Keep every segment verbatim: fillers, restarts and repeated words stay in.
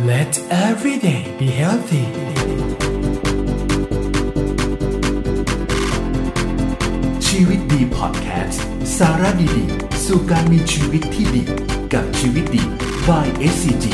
Let every day be healthy ชีวิตดีพอดแคสต์สาระดีๆสู่การมีชีวิตที่ดีกับชีวิตดี by เอส ซี จี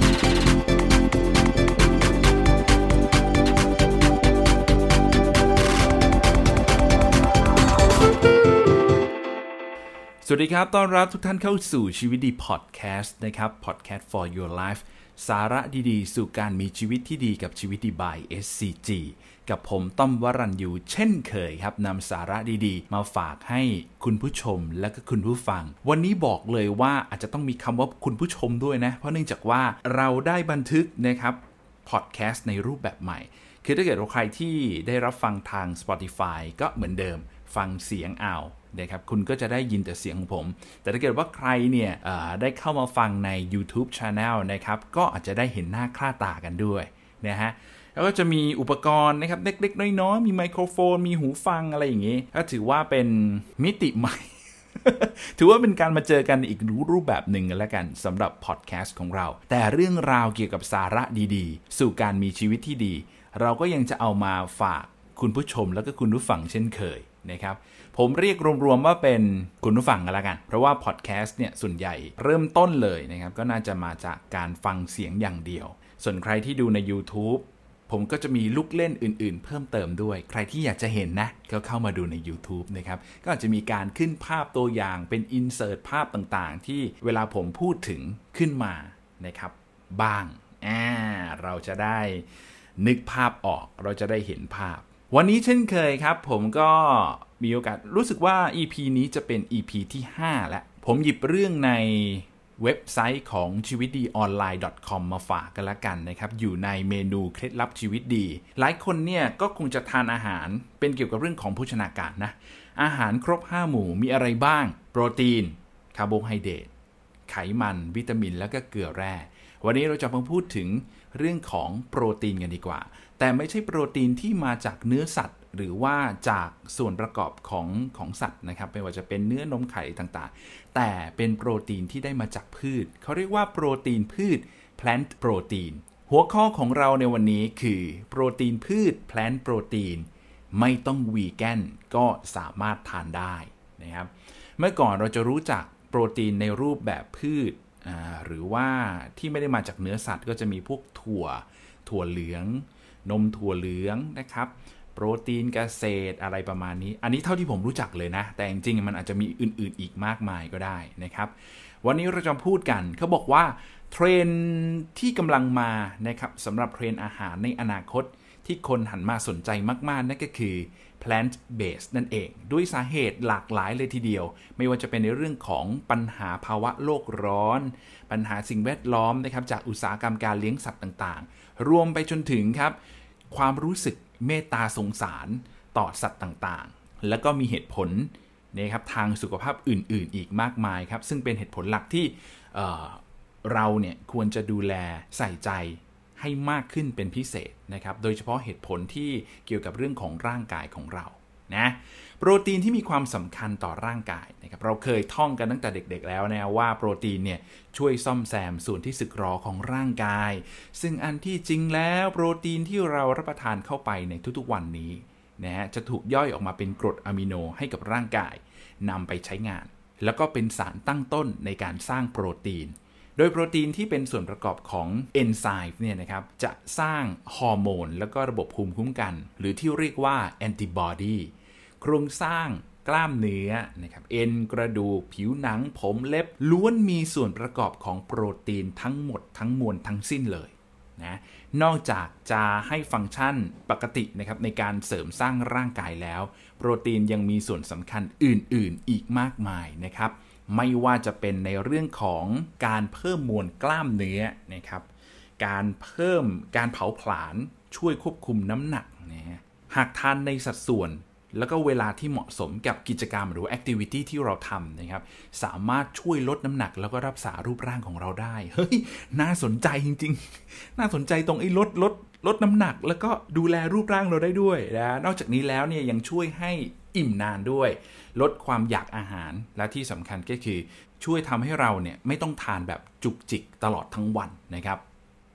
สวัสดีครับต้อนรับทุกท่านเข้าสู่ชีวิตดีพอดแคสต์นะครับ Podcast for your life สาระดีๆสู่การมีชีวิตที่ดีกับชีวิตดี by เอส ซี จี กับผมต้อมวรัญยูเช่นเคยครับนำสาระดีๆมาฝากให้คุณผู้ชมและก็คุณผู้ฟังวันนี้บอกเลยว่าอาจจะต้องมีคำว่าคุณผู้ชมด้วยนะเพราะเนื่องจากว่าเราได้บันทึกนะครับพอดแคสต์ในรูปแบบใหม่คือถ้าเกิดว่าใครที่ได้รับฟังทาง Spotify ก็เหมือนเดิมฟังเสียงเอานะครับคุณก็จะได้ยินแต่เสียงของผมแต่ถ้าเกิดว่าใครเนี่ยได้เข้ามาฟังใน YouTube Channel นะครับก็อาจจะได้เห็นหน้าค่าตากันด้วยนะฮะแล้วก็จะมีอุปกรณ์นะครับเล็กๆน้อยๆมีไมโครโฟนมีหูฟังอะไรอย่างงี้ก็ถือว่าเป็นมิติใหม่ ถือว่าเป็นการมาเจอกันอีกรูปแบบหนึ่งกันแล้วกันสำหรับพอดแคสต์ของเราแต่เรื่องราวเกี่ยวกับสาระดีๆสู่การมีชีวิตที่ดีเราก็ยังจะเอามาฝากคุณผู้ชมแล้วก็คุณผู้ฟังเช่นเคยนะครับผมเรียกรวมๆว่าเป็นคุณผู้ฟังกันแล้วกันเพราะว่าพอดแคสต์เนี่ยส่วนใหญ่เริ่มต้นเลยนะครับก็น่าจะมาจากการฟังเสียงอย่างเดียวส่วนใครที่ดูใน YouTube ผมก็จะมีลูกเล่นอื่นๆเพิ่มเติมด้วยใครที่อยากจะเห็นนะก็เข้ามาดูใน YouTube นะครับก็อาจจะมีการขึ้นภาพตัวอย่างเป็นอินเสิร์ตภาพต่างๆที่เวลาผมพูดถึงขึ้นมานะครับบ้างอ่าเราจะได้นึกภาพออกเราจะได้เห็นภาพวันนี้เช่นเคยครับผมก็มีโอกาสรู้สึกว่า อี พี นี้จะเป็น อี พี ที่ห้าแล้วผมหยิบเรื่องในเว็บไซต์ของชีวิตดีออนไลน์ .com มาฝากกันละกันนะครับอยู่ในเมนูเคล็ดลับชีวิตดีหลายคนเนี่ยก็คงจะทานอาหารเป็นเกี่ยวกับเรื่องของโภชนาการนะอาหารครบห้าหมู่มีอะไรบ้างโปรตีนคาร์โบไฮเดรตไขมันวิตามินแล้วก็เกลือแร่วันนี้เราจะมาพูดถึงเรื่องของโปรตีนกันดีกว่าแต่ไม่ใช่โปรตีนที่มาจากเนื้อสัตว์หรือว่าจากส่วนประกอบของของสัตว์นะครับไม่ว่าจะเป็นเนื้อนมไข่ต่างๆแต่เป็นโปรตีนที่ได้มาจากพืชเขาเรียกว่าโปรตีนพืช plant protein หัวข้อของเราในวันนี้คือโปรตีนพืช plant protein ไม่ต้องวีแกนก็สามารถทานได้นะครับเมื่อก่อนเราจะรู้จักโปรตีนในรูปแบบพืชหรือว่าที่ไม่ได้มาจากเนื้อสัตว์ก็จะมีพวกถั่วถั่วเหลืองนมถั่วเหลืองนะครับโปรตีนเกษตรอะไรประมาณนี้อันนี้เท่าที่ผมรู้จักเลยนะแต่จริงๆมันอาจจะมีอื่นๆอีกมากมายก็ได้นะครับวันนี้เราจะพูดกันเขาบอกว่าเทรนด์ที่กำลังมานะครับสำหรับเทรนด์อาหารในอนาคตที่คนหันมาสนใจมากๆนั่นก็คือ plant based นั่นเองด้วยสาเหตุหลากหลายเลยทีเดียวไม่ว่าจะเป็นในเรื่องของปัญหาภาวะโลกร้อนปัญหาสิ่งแวดล้อมนะครับจากอุตสาหกรรมการเลี้ยงสัตว์ต่างๆรวมไปจนถึงครับความรู้สึกเมตตาสงสารต่อสัตว์ต่างๆแล้วก็มีเหตุผลนะครับทางสุขภาพอื่นๆอีกมากมายครับซึ่งเป็นเหตุผลหลักที่เอ่อเราเนี่ยควรจะดูแลใส่ใจให้มากขึ้นเป็นพิเศษนะครับโดยเฉพาะเหตุผลที่เกี่ยวกับเรื่องของร่างกายของเรานะโปรตีนที่มีความสำคัญต่อร่างกายนะครับเราเคยท่องกันตั้งแต่เด็กๆแล้วนะว่าโปรตีนเนี่ยช่วยซ่อมแซมส่วนที่สึกหรอของร่างกายซึ่งอันที่จริงแล้วโปรตีนที่เรารับประทานเข้าไปในทุกๆวันนี้นะฮะจะถูกย่อยออกมาเป็นกรดอะมิโนให้กับร่างกายนำไปใช้งานแล้วก็เป็นสารตั้งต้นในการสร้างโปรตีนโดยโปรตีนที่เป็นส่วนประกอบของเอนไซม์เนี่ยนะครับจะสร้างฮอร์โมนแล้วก็ระบบภูมิคุ้มกันหรือที่เรียกว่าแอนติบอดีโครงสร้างกล้ามเนื้อนะครับเอ็นกระดูกผิวหนังผมเล็บล้วนมีส่วนประกอบของโปรตีนทั้งหมดทั้งมวลทั้งสิ้นเลยนะนอกจากจะให้ฟังก์ชันปกตินะครับในการเสริมสร้างร่างกายแล้วโปรตีนยังมีส่วนสำคัญอื่นๆอีกมากมายนะครับไม่ว่าจะเป็นในเรื่องของการเพิ่มมวลกล้ามเนื้อนะครับการเพิ่มการเผาผลาญช่วยควบคุมน้ำหนักนะหากทานในสัดส่วนแล้วก็เวลาที่เหมาะสมกับกิจกรรมหรือแอคทิวิตี้ที่เราทำนะครับสามารถช่วยลดน้ำหนักแล้วก็รักษารูปร่างของเราได้เฮ้ยน่าสนใจจริงๆน่าสนใจตรงไอ้ลดลดลดน้ำหนักแล้วก็ดูแลรูปร่างเราได้ด้วยนะนอกจากนี้แล้วเนี่ยยังช่วยให้อิ่มนานด้วยลดความอยากอาหารและที่สำคัญก็คือช่วยทำให้เราเนี่ยไม่ต้องทานแบบจุกจิกตลอดทั้งวันนะครับ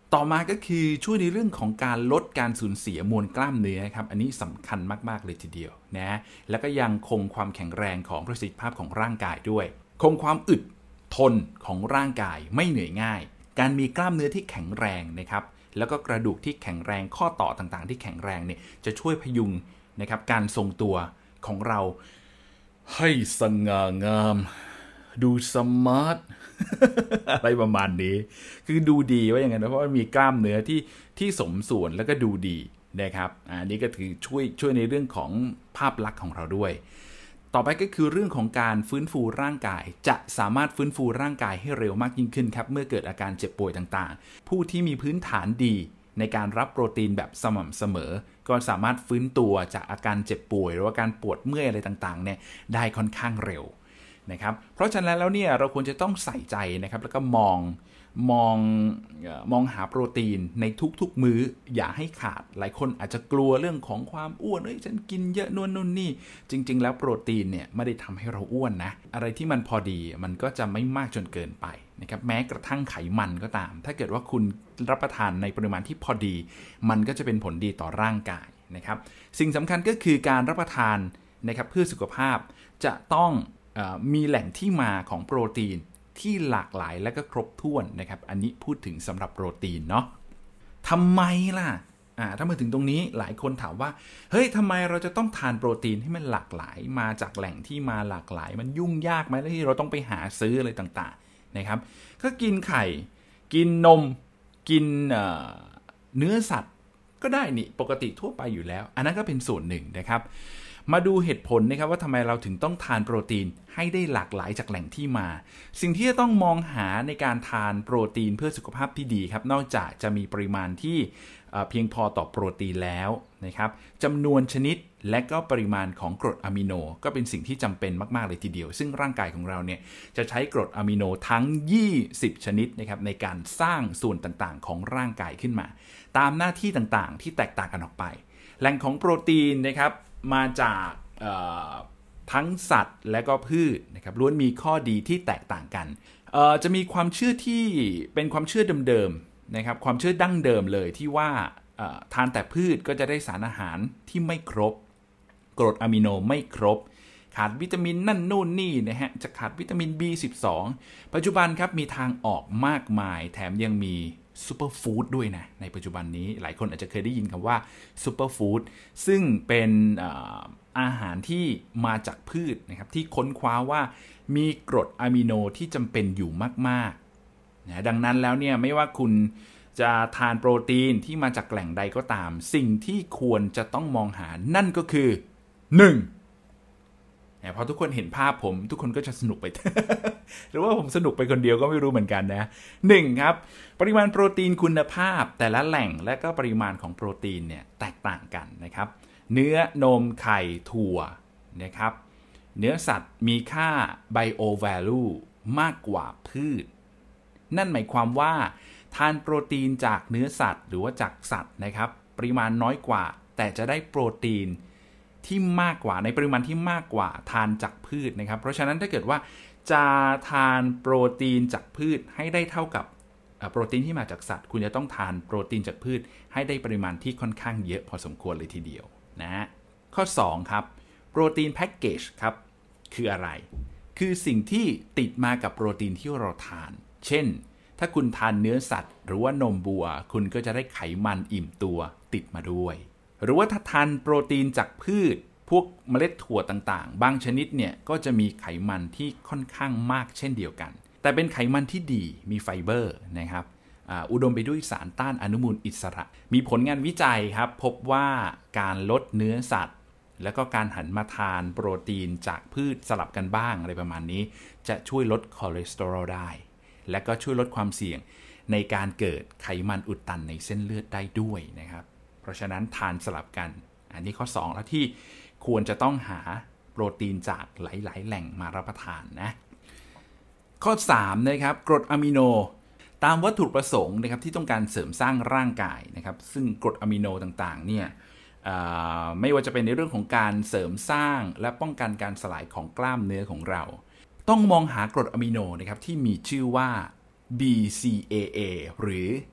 ต่อมาก็คือช่วยในเรื่องของการลดการสูญเสียมวลกล้ามเนื้อครับอันนี้สำคัญมากๆเลยทีเดียวนะแล้วก็ยังคงความแข็งแรงของประสิทธิภาพของร่างกายด้วยคงความอึดทนของร่างกายไม่เหนื่อยง่ายการมีกล้ามเนื้อที่แข็งแรงนะครับแล้วก็กระดูกที่แข็งแรงข้อต่อต่างๆที่แข็งแรงเนี่ยจะช่วยพยุงนะครับการทรงตัวของเราให้สง่างามดูสมาร์ท อะไรประมาณนี้คือดูดีว่าอย่างไงนะเพราะว่ามีกล้ามเนื้อที่ที่สมส่วนแล้วก็ดูดีนะครับอันนี้ก็ถือช่วยช่วยในเรื่องของภาพลักษณ์ของเราด้วยต่อไปก็คือเรื่องของการฟื้นฟูร่างกายจะสามารถฟื้นฟูร่างกายให้เร็วมากยิ่งขึ้นครับเมื่อเกิดอาการเจ็บป่วยต่างๆผู้ที่มีพื้นฐานดีในการรับโปรตีนแบบสม่ำเสมอก็สามารถฟื้นตัวจากอาการเจ็บป่วยหรือว่าการปวดเมื่อยอะไรต่างๆเนี่ยได้ค่อนข้างเร็วนะครับเพราะฉะนั้นแล้วเนี่ยเราควรจะต้องใส่ใจนะครับแล้วก็มองมองมองหาโปรตีนในทุกๆมื้ออย่าให้ขาดหลายคนอาจจะกลัวเรื่องของความอ้วนเอ้ยฉันกินเยอะนู่นนู่นนี่จริงๆแล้วโปรตีนเนี่ยไม่ได้ทำให้เราอ้วนนะอะไรที่มันพอดีมันก็จะไม่มากจนเกินไปนะครับแม้กระทั่งไขมันก็ตามถ้าเกิดว่าคุณรับประทานในปริมาณที่พอดีมันก็จะเป็นผลดีต่อร่างกายนะครับสิ่งสำคัญก็คือการรับประทานนะครับเพื่อสุขภาพจะต้องมีแหล่งที่มาของโปรตีนที่หลากหลายและก็ครบถ้วนนะครับอันนี้พูดถึงสำหรับโปรตีนเนาะทำไมล่ะอ่าถ้ามาถึงตรงนี้หลายคนถามว่าเฮ้ยทำไมเราจะต้องทานโปรตีนให้มันหลากหลายมาจากแหล่งที่มาหลากหลายมันยุ่งยากไหมแล้วที่เราต้องไปหาซื้ออะไรต่างๆนะครับก็กินไข่กินนมกินเอ่อเนื้อสัตว์ก็ได้นี่ปกติทั่วไปอยู่แล้วอันนั้นก็เป็นส่วนหนึ่งนะครับมาดูเหตุผลนะครับว่าทำไมเราถึงต้องทานโปรตีนให้ได้หลากหลายจากแหล่งที่มาสิ่งที่จะต้องมองหาในการทานโปรตีนเพื่อสุขภาพที่ดีครับนอกจากจะมีปริมาณที่เพียงพอต่อโปรตีนแล้วนะครับจำนวนชนิดและก็ปริมาณของกรดอะมิโนก็เป็นสิ่งที่จำเป็นมากๆเลยทีเดียวซึ่งร่างกายของเราเนี่ยจะใช้กรดอะมิโนทั้งยี่สิบชนิดนะครับในการสร้างส่วนต่างๆของร่างกายขึ้นมาตามหน้าที่ต่างๆที่แตกต่างกันออกไปแหล่งของโปรตีนนะครับมาจากทั้งสัตว์และก็พืชนะครับล้วนมีข้อดีที่แตกต่างกันจะมีความเชื่อที่เป็นความเชื่อเดิมๆนะครับความเชื่อดั้งเดิมเลยที่ว่าทานแต่พืชก็จะได้สารอาหารที่ไม่ครบกรดอะมิโนไม่ครบขาดวิตามินนั่นนู่นนี่นะฮะจะขาดวิตามิน บี สิบสอง ปัจจุบันครับมีทางออกมากมายแถมยังมีซูเปอร์ฟู้ดด้วยนะในปัจจุบันนี้หลายคนอาจจะเคยได้ยินคำว่าซูเปอร์ฟู้ดซึ่งเป็นอาหารที่มาจากพืชนะครับที่ค้นคว้าว่ามีกรดอะมิโนที่จำเป็นอยู่มากๆนะดังนั้นแล้วเนี่ยไม่ว่าคุณจะทานโปรตีนที่มาจากแหล่งใดก็ตามสิ่งที่ควรจะต้องมองหานั่นก็คือหนึ่งพอทุกคนเห็นภาพผมทุกคนก็จะสนุกไป หรือว่าผมสนุกไปคนเดียวก็ไม่รู้เหมือนกันนะหนึ่งครับปริมาณโปรตีนคุณภาพแต่ละแหล่งและก็ปริมาณของโปรตีนเนี่ยแตกต่างกันนะครับเนื้อนมไข่ถั่วนะครับเนื้อสัตว์มีค่า bio value มากกว่าพืชนั่นหมายความว่าทานโปรตีนจากเนื้อสัตว์หรือว่าจากสัตว์นะครับปริมาณน้อยกว่าแต่จะได้โปรตีนที่มากกว่าในปริมาณที่มากกว่าทานจากพืชนะครับเพราะฉะนั้นถ้าเกิดว่าจะทานโปรตีนจากพืชให้ได้เท่ากับโปรตีนที่มาจากสัตว์คุณจะต้องทานโปรตีนจากพืชให้ได้ปริมาณที่ค่อนข้างเยอะพอสมควรเลยทีเดียวนะฮะข้อสองครับโปรตีนแพ็กเกจครับคืออะไรคือสิ่งที่ติดมากับโปรตีนที่เราทานเช่นถ้าคุณทานเนื้อสัตว์หรือว่านมวัวคุณก็จะได้ไขมันอิ่มตัวติดมาด้วยหรือว่าถ้าทานโปรตีนจากพืชพวกเมล็ดถั่วต่างๆบางชนิดเนี่ยก็จะมีไขมันที่ค่อนข้างมากเช่นเดียวกันแต่เป็นไขมันที่ดีมีไฟเบอร์นะครับอุดมไปด้วยสารต้านอนุมูลอิสระมีผลงานวิจัยครับพบว่าการลดเนื้อสัตว์แล้วก็การหันมาทานโปรตีนจากพืชสลับกันบ้างอะไรประมาณนี้จะช่วยลดคอเลสเตอรอลได้และก็ช่วยลดความเสี่ยงในการเกิดไขมันอุดตันในเส้นเลือดได้ด้วยนะครับเพราะฉะนั้นทานสลับกันอันนี้ข้อสองแล้วที่ควรจะต้องหาโปรตีนจากหลายๆแหล่งมารับประทานนะข้อสามนะครับกรดอะมิโนตามวัตถุประสงค์นะครับที่ต้องการเสริมสร้างร่างกายนะครับซึ่งกรดอะมิโนต่างๆเนี่ยไม่ว่าจะเป็นในเรื่องของการเสริมสร้างและป้องกันการสลายของกล้ามเนื้อของเราต้องมองหากรดอะมิโนนะครับที่มีชื่อว่า บี ซี เอ เอ หรือ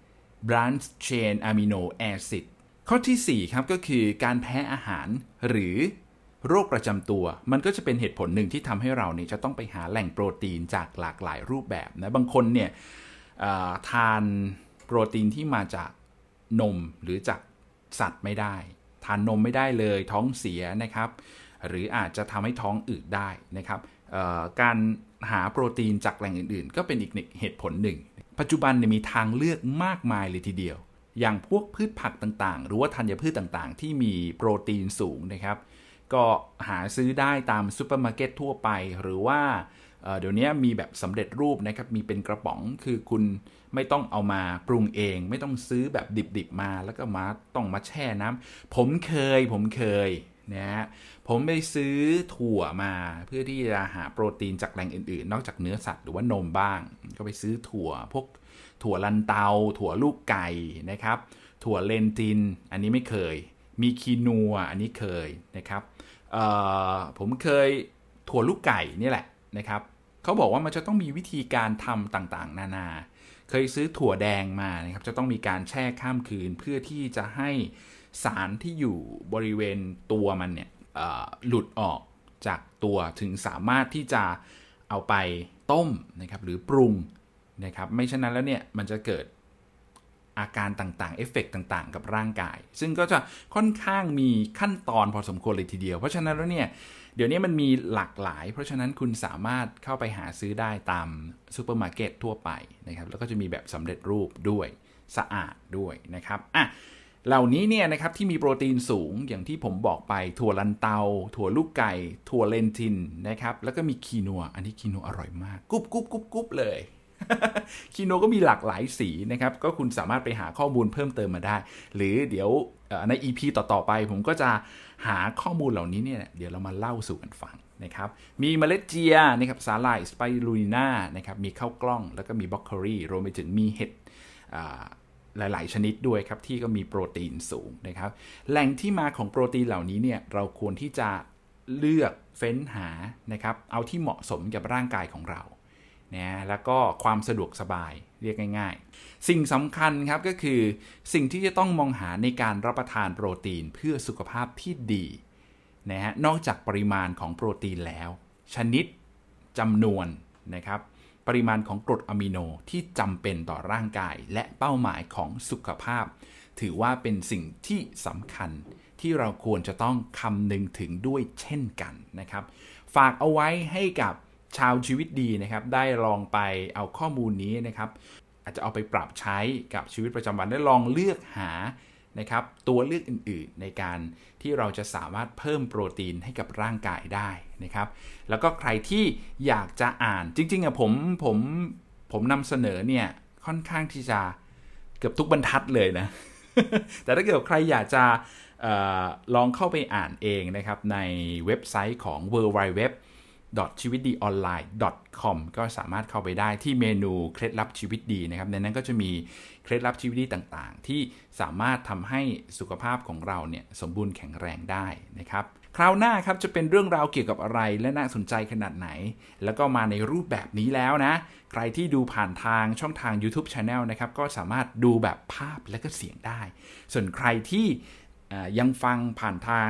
branched chain amino acid ข้อที่สี่ครับก็คือการแพ้อาหารหรือโรคประจำตัวมันก็จะเป็นเหตุผลหนึ่งที่ทำให้เราเนี่ยจะต้องไปหาแหล่งโปรตีนจากหลากหลายรูปแบบนะบางคนเนี่ยทานโปรตีนที่มาจากนมหรือจากสัตว์ไม่ได้ทานนมไม่ได้เลยท้องเสียนะครับหรืออาจจะทำให้ท้องอืดได้นะครับการหาโปรตีนจากแหล่งอื่นๆก็เป็นอีกเหตุผลหนึ่งปัจจุบันเนี่ยมีทางเลือกมากมายเลยทีเดียวอย่างพวกพืชผักต่างๆหรือว่าธัญพืชต่างๆที่มีโปรตีนสูงนะครับก็หาซื้อได้ตามซูเปอร์มาร์เก็ตทั่วไปหรือว่าเดี๋ยวนี้มีแบบสำเร็จรูปนะครับมีเป็นกระป๋องคือคุณไม่ต้องเอามาปรุงเองไม่ต้องซื้อแบบดิบๆมาแล้วก็มาต้องมาแช่น้ำผมเคยผมเคยนะฮะผมไปซื้อถั่วมาเพื่อที่จะหาโปรตีนจากแหล่งอื่นๆนอกจากเนื้อสัตว์หรือว่านมบ้างก็ไปซื้อถั่วพวกถั่วลันเตาถั่วลูกไก่นะครับถั่วเลนตินอันนี้ไม่เคยมีคีนัวอันนี้เคยนะครับผมเคยถั่วลูกไก่นี่แหละนะครับเขาบอกว่ามันจะต้องมีวิธีการทำต่างๆนานาเคยซื้อถั่วแดงมานะครับจะต้องมีการแช่ข้ามคืนเพื่อที่จะให้สารที่อยู่บริเวณตัวมันเนี่ยหลุดออกจากตัวถึงสามารถที่จะเอาไปต้มนะครับหรือปรุงนะครับไม่เช่นนั้นแล้วเนี่ยมันจะเกิดอาการต่างๆเอฟเฟกต์ต่างๆกับร่างกายซึ่งก็จะค่อนข้างมีขั้นตอนพอสมควรเลยทีเดียวเพราะฉะนั้นแล้วเนี่ยเดี๋ยวนี้มันมีหลากหลายเพราะฉะนั้นคุณสามารถเข้าไปหาซื้อได้ตามซูเปอร์มาร์เก็ตทั่วไปนะครับแล้วก็จะมีแบบสำเร็จรูปด้วยสะอาดด้วยนะครับอ่ะเหล่านี้เนี่ยนะครับที่มีโปรตีนสูงอย่างที่ผมบอกไปถั่วลันเตาถั่วลูกไก่ถั่วเลนทินนะครับแล้วก็มีคีนัวอันนี้คีนัวอร่อยมากกุ๊บกุ๊บกุ๊บกุ๊บเลย คีนัวก็มีหลากหลายสีนะครับก็คุณสามารถไปหาข้อมูลเพิ่มเติมมาได้หรือเดี๋ยวใน อี พี ต่อๆไปผมก็จะหาข้อมูลเหล่านี้เนี่ยเดี๋ยวเรามาเล่าสู่กันฟังนะครับมีเมล็ดเจียนะครับสาหร่ายสไปรูลิน่านะครับมีข้าวกล้องแล้วก็มีบล็อกโคลีรวมไปถึงมีเห็ดหลายๆชนิดด้วยครับที่ก็มีโปรตีนสูงนะครับแหล่งที่มาของโปรตีนเหล่านี้เนี่ยเราควรที่จะเลือกเฟ้นหานะครับเอาที่เหมาะสมกับร่างกายของเรานะแล้วก็ความสะดวกสบายเรียกง่ายๆสิ่งสำคัญครับก็คือสิ่งที่จะต้องมองหาในการรับประทานโปรตีนเพื่อสุขภาพที่ดีนะฮะนอกจากปริมาณของโปรตีนแล้วชนิดจำนวนนะครับปริมาณของกรดอะมิโนที่จำเป็นต่อร่างกายและเป้าหมายของสุขภาพถือว่าเป็นสิ่งที่สำคัญที่เราควรจะต้องคำนึงถึงด้วยเช่นกันนะครับฝากเอาไว้ให้กับชาวชีวิตดีนะครับได้ลองไปเอาข้อมูลนี้นะครับอาจจะเอาไปปรับใช้กับชีวิตประจำวันได้ลองเลือกหานะครับตัวเลือกอื่นๆในการที่เราจะสามารถเพิ่มโปรตีนให้กับร่างกายได้นะครับแล้วก็ใครที่อยากจะอ่านจริงๆอ่ะผมผมผมนำเสนอเนี่ยค่อนข้างที่จะเกือบทุกบรรทัดเลยนะ แต่ถ้าเกิดใครอยากจะเอ่อลองเข้าไปอ่านเองนะครับในเว็บไซต์ของ ดับเบิลยู ดับเบิลยู ดับเบิลยู ดอท ชีวิตดีออนไลน์ ดอท คอม ก็สามารถเข้าไปได้ที่เมนูเคล็ดลับชีวิตดีนะครับในนั้นก็จะมีเคล็ดลับชีวิตดีต่างๆที่สามารถทำให้สุขภาพของเราเนี่ยสมบูรณ์แข็งแรงได้นะครับคราวหน้าครับจะเป็นเรื่องราวเกี่ยวกับอะไรและน่าสนใจขนาดไหนแล้วก็มาในรูปแบบนี้แล้วนะใครที่ดูผ่านทางช่องทาง YouTube Channel นะครับก็สามารถดูแบบภาพและก็เสียงได้ส่วนใครที่ยังฟังผ่านทาง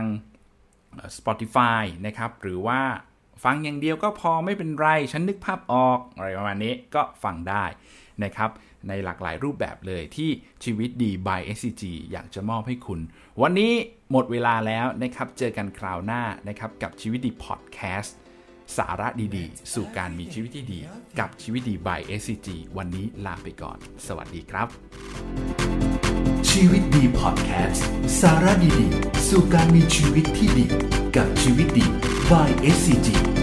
Spotify นะครับหรือว่าฟังอย่างเดียวก็พอไม่เป็นไรฉันนึกภาพออกอะไรประมาณนี้ก็ฟังได้นะครับในหลากหลายรูปแบบเลยที่ชีวิตดี by เอส ซี จี อยากจะมอบให้คุณวันนี้หมดเวลาแล้วนะครับเจอกันคราวหน้านะครับกับชีวิตดีพอดแคสต์สาระดีๆสู่การมีชีวิตที่ดีกับชีวิตดี by เอส ซี จี วันนี้ลาไปก่อนสวัสดีครับชีวิตดีพอดแคสต์สาระดีๆสู่การมีชีวิตที่ดีกับชีวิตดี by เอส ซี จี